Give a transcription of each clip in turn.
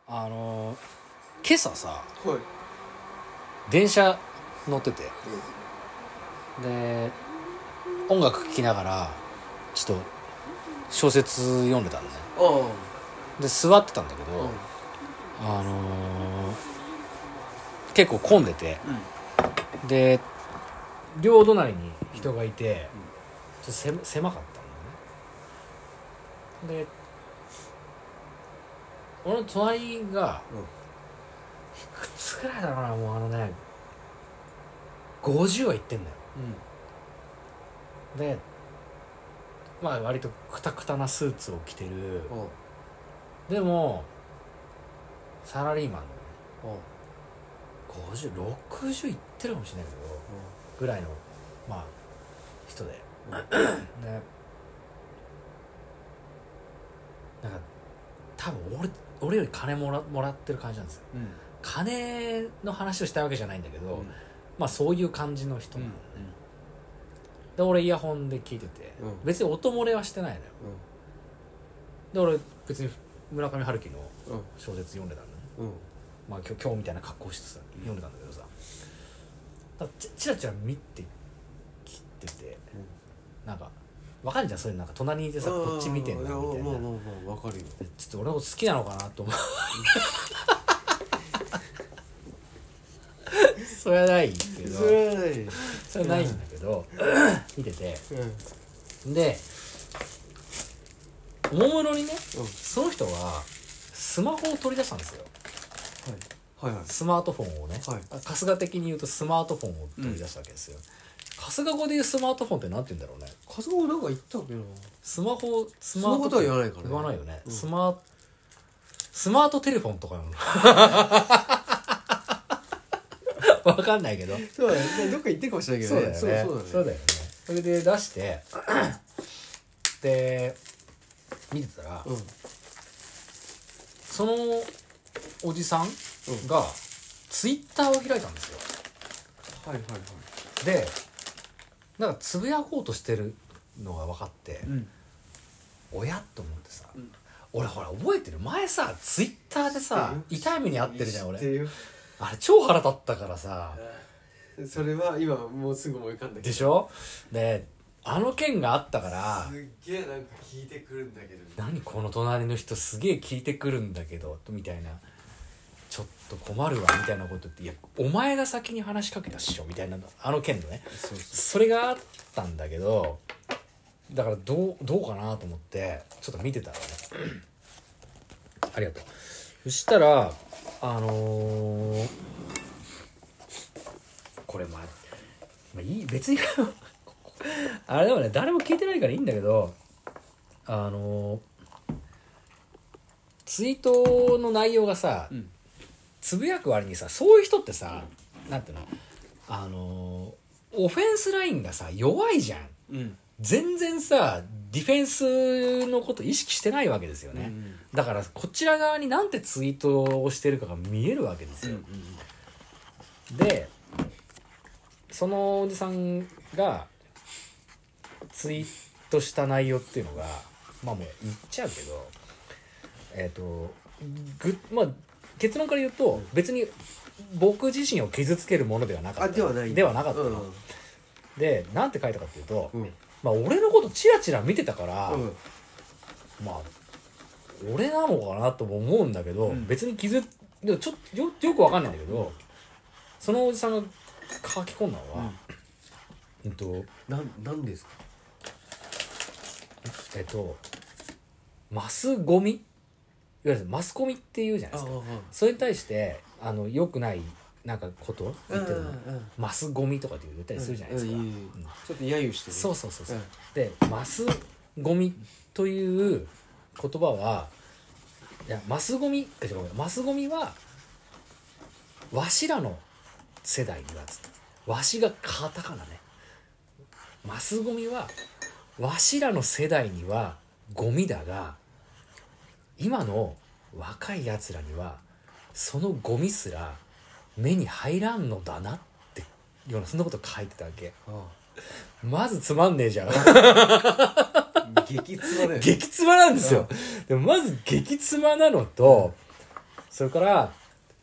今朝さ、 はい、 電車乗ってて、で音楽聴きながらちょっと小説読んでたのね。で座ってたんだけど、結構混んでて、で両隣に人がいて、ちょっと狭かったんだよね。で俺の隣が、いくつくらいだろうな、もう50はいってんだよ、でまあ割とクタクタなスーツを着てる、でもサラリーマンのね、50、60いってるかもしれないけど、ぐらいのまあ人で、でなんか多分俺より金もらってる感じなんですよ、金の話をしたいわけじゃないんだけど、まあそういう感じの人なのね、で俺イヤホンで聞いてて、別に音漏れはしてないのよ、で俺別に村上春樹の小説読んでたのね、まあ今日みたいな格好してさ読んでたんだけどさ、だチラチラ見てきてて、なんかわかんじゃん、そういうなんか隣にいてさ、こっち見てんだみたいな、 わかるよ。 ちょっと俺のこと好きなのかなと思うそれはないけど、 それはないそれはないんだけど、見てて、でおもむろにね、その人はスマホを取り出したんですよ、スマートフォンをね、春日的に言うとスマートフォンを取り出したわけですよ、春日語で言うスマートフォンってなんて言うんだろうね。 春日語なんか言ったっけな。 スマートとは言わないからね。 言わないよね、スマートテレフォンとかわかんないけど、 そうだね、どっか言ってるかもしれないけどね。 そうだよね。それで出してで見てたら、そのおじさんがツイッターを開いたんですよ。でなんかつぶやこうとしてるのが分かって、おやっと思ってさ、俺ほら覚えてる、前さツイッターでさ痛い目に遭ってるじゃん俺。あれ超腹立ったからさ。 それは今もうすぐ思い浮かんだけど。 でしょ。であの件があったからすっげえなんか聞いてくるんだけど、 何この隣の人すげえ聞いてくるんだけどみたいな、ちょっと困るわみたいなことって、いやお前が先に話しかけたっしょみたいな、あの件のね、それがあったんだけど、だからどうかなと思ってちょっと見てたらねありがとう。そしたらこれまあいい、別にあれでもね、誰も聞いてないからいいんだけど、ツイートの内容がさ、つぶやく割にさ、そういう人ってさ、なんていうの、オフェンスラインがさ弱いじゃん、全然さディフェンスのこと意識してないわけですよね、だからこちら側になんてツイートをしてるかが見えるわけですよ、でそのおじさんがツイートした内容っていうのが、まあもう言っちゃうけど、まあ結論から言うと、別に僕自身を傷つけるものではなかった。ではなかったの。で、なんて書いたかっていうと、まあ俺のことチラチラ見てたから、まあ俺なのかなとも思うんだけど、別にでもちょっとよくわかんないんだけど、そのおじさんが書き込んだのは、 なんですか。 マスゴミ、いわゆるマスコミって言うじゃないですか。それに対して良くないなんかこと言ってるの、マスゴミとかって言ったりするじゃないですか、 ちょっと揶揄してる。 そう、でマスゴミという言葉は、いやマスゴミはわしらの世代にはわしがカタカナね、マスゴミはわしらの世代にはゴミだが、今の若いやつらにはそのゴミすら目に入らんのだなってような、そんなこと書いてたわけ。まずつまんねえじゃん激ツマだよね。 激ツマなんですよ。でもまず激ツマなのと、 それから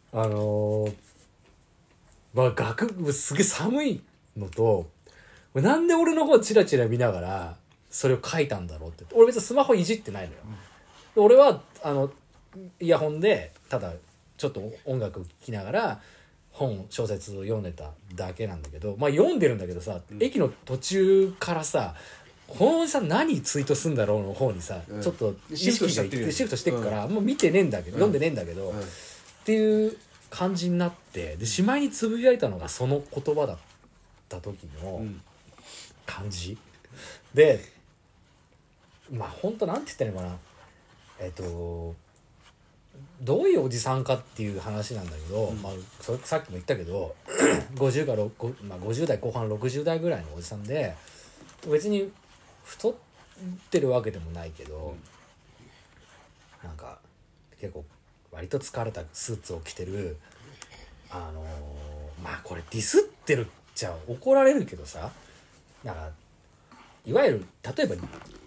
まあすげえ寒いのと、なんで俺の方チラチラ見ながらそれを書いたんだろうって。俺別にスマホいじってないのよ、俺はイヤホンでただちょっと音楽聴きながら小説を読んでただけなんだけど、まあ読んでるんだけどさ、駅の途中からさ、このおじさん何ツイートすんだろうの方にさ、ちょっと意識がいってシフトしてくから、もう見てねえんだけど、読んでねえんだけど、っていう感じになって、でしまいにつぶやいたのがその言葉だった時の感じ、でまあ本当なんて言ったらいいのかな、どういうおじさんかっていう話なんだけど、まあ、それさっきも言ったけど50から50代後半60代ぐらいのおじさんで、別に太ってるわけでもないけど、なんか結構割と疲れたスーツを着てる、まあこれディスってるっちゃ怒られるけどさ、なんかいわゆる例えば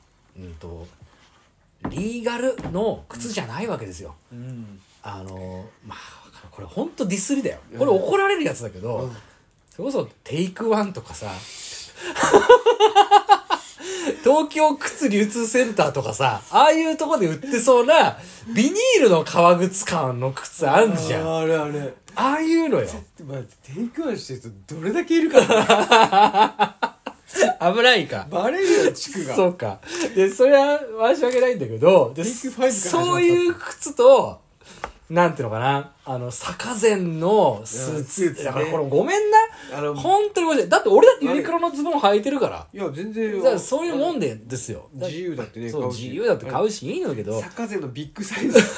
リーガルの靴じゃないわけですよ、まあこれほんとディスりだよ、これ怒られるやつだけど、それこそテイクワンとかさ東京靴流通センターとかさ、ああいうとこで売ってそうなビニールの革靴感の靴あんじゃん。 あれあれ、 ああいうのよ。 待って、テイクワンしてる人どれだけいるかな危ないか。 バレるよ地区が。 そうか。でそれは申し訳ないんだけど、でテイク5から始まったそういう靴となんていうのかな、坂前のスーツ、 ね、 だからこれごめんな、本当にごめんなさい。だって俺だってユニクロのズボン履いてるから。 いや全然だからそういうもんですよ。 自由だってね、 そう自由だって買うしいいんだけど、 坂前のビッグサイズ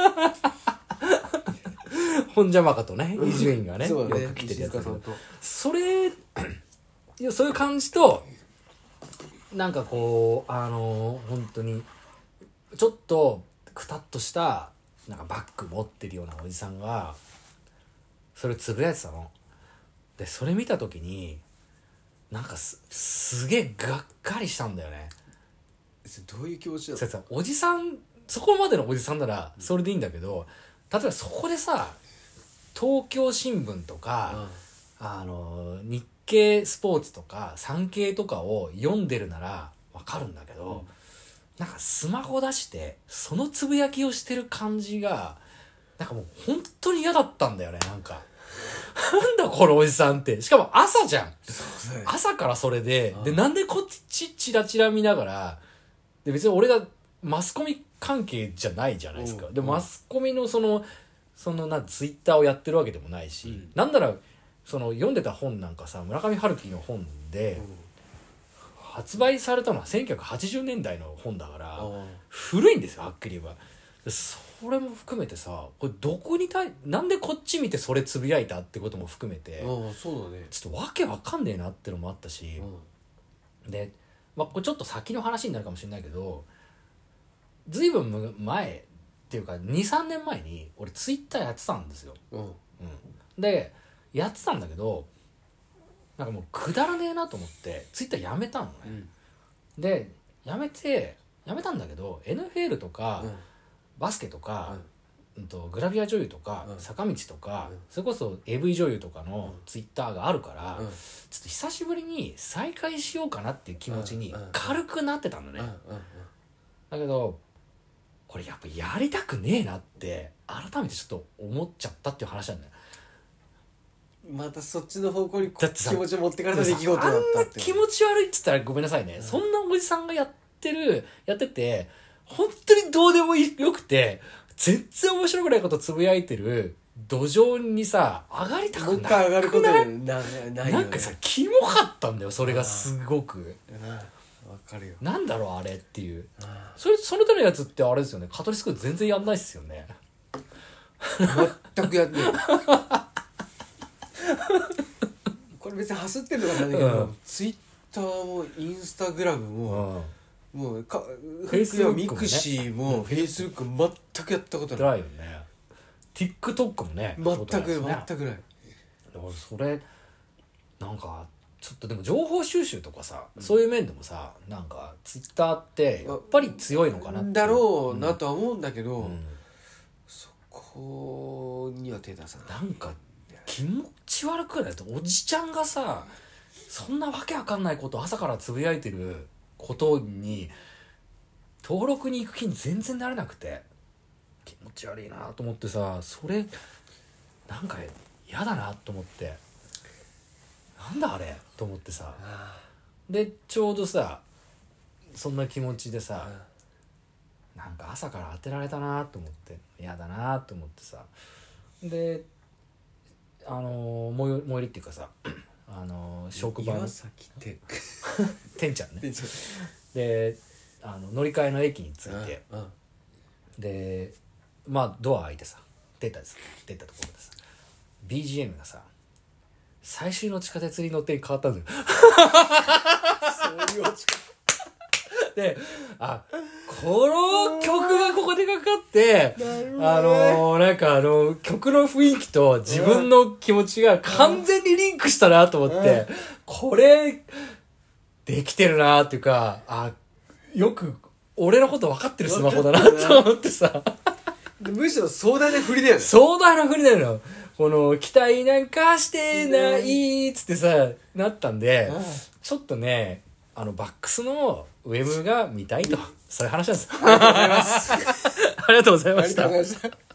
本邪魔かとね、伊集院がね、 そうだね、 よく着てるやつだけど、 石塚さんとそれいやそういう感じと、なんかこう本当にちょっとくたっとしたなんかバッグ持ってるようなおじさんがそれつぶやいてたので、それ見た時になんかすげえがっかりしたんだよね。 どういう気持ちだった？ おじさん、そこまでのおじさんならそれでいいんだけど、例えばそこでさ、東京新聞とか、日経スポーツとか産経とかを読んでるならわかるんだけど、なんかスマホ出してそのつぶやきをしてる感じがなんかもう本当に嫌だったんだよね。なんかなんだこのおじさんって、しかも朝じゃん。朝からそれで、なんでこっちチラチラ見ながら、で別に俺がマスコミ関係じゃないじゃないですか。でマスコミのそのツイッターをやってるわけでもないし、なんなら読んでた本なんかさ、村上春樹の本で、発売されたのは1980年代の本だから古いんですよ、はっきり言えば。それも含めてさ、これどこになんでこっち見てそれつぶやいたってことも含めて、 そうだね、 ちょっとわけわかんねえなってのもあったし、で、これちょっと先の話になるかもしれないけど、ずいぶん前っていうか 2,3 年前に俺ツイッターやってたんですよ、でやってたんだけど、なんかもうくだらねえなと思ってツイッターやめたのね、でやめたんだけど NFL とか、バスケとか、グラビア女優とか、坂道とか、それこそ AV 女優とかのツイッターがあるから、ちょっと久しぶりに再開しようかなっていう気持ちに軽くなってたんだね、だけどこれやっぱやりたくねえなって改めてちょっと思っちゃったっていう話なんだよ。 またそっちの方向にだってさ気持ちを持ってかれた出来事だったって。 あんな気持ち悪いっつったらごめんなさいね、そんなおじさんがやってて本当にどうでもよくて全然面白くないことつぶやいてる土壌にさ上がりたくなくない？ もう一回上がることないよね。 なんかさキモかったんだよ、それがすごく。 わかるよ。 なんだろうあれっていう。その手のやつってあれですよね、カトリスク全然やんないっすよね。 全くやってないこれ別にハスってるとかじゃないけど、ツイッターもインスタグラムも、もうフェイスブックもね、 ミクシーもフェイスブック全くやったことない。 ないよね。TikTok もね全くない。 だからそれなんかちょっとでも情報収集とかさ、そういう面でもさ、なんかツイッターってやっぱり強いのかなってだろうなとは思うんだけど、そここには手出さない。 なんか気持ち悪くないと、おじちゃんがさそんなわけわかんないこと朝からつぶやいてることに登録に行く気に全然なれなくて、気持ち悪いなと思ってさ、それなんか嫌だなと思って、なんだあれと思ってさ、でちょうどさそんな気持ちでさ、なんか朝から当てられたなと思って嫌だなと思ってさ、で最寄りっていうかさ職場の岩崎店店ちゃんねで乗り換えの駅に着いて、でまあドア開いてさ出たところでさ BGM がさ最終の地下鉄に乗って変わったんだよそういうオチかで、この曲がここでかかってなんか曲の雰囲気と自分の気持ちが完全にリンクしたなと思って、これできてるなっていうか、よく俺のこと分かってるスマホだなと思ってさむしろ壮大な振りだよね。 壮大な振りだよな。この期待なんかしてないっつってさなったんで、ちょっとねバックスのウェブが見たいと、そういう話なんです。ありがとうございました。 ありがとうございました。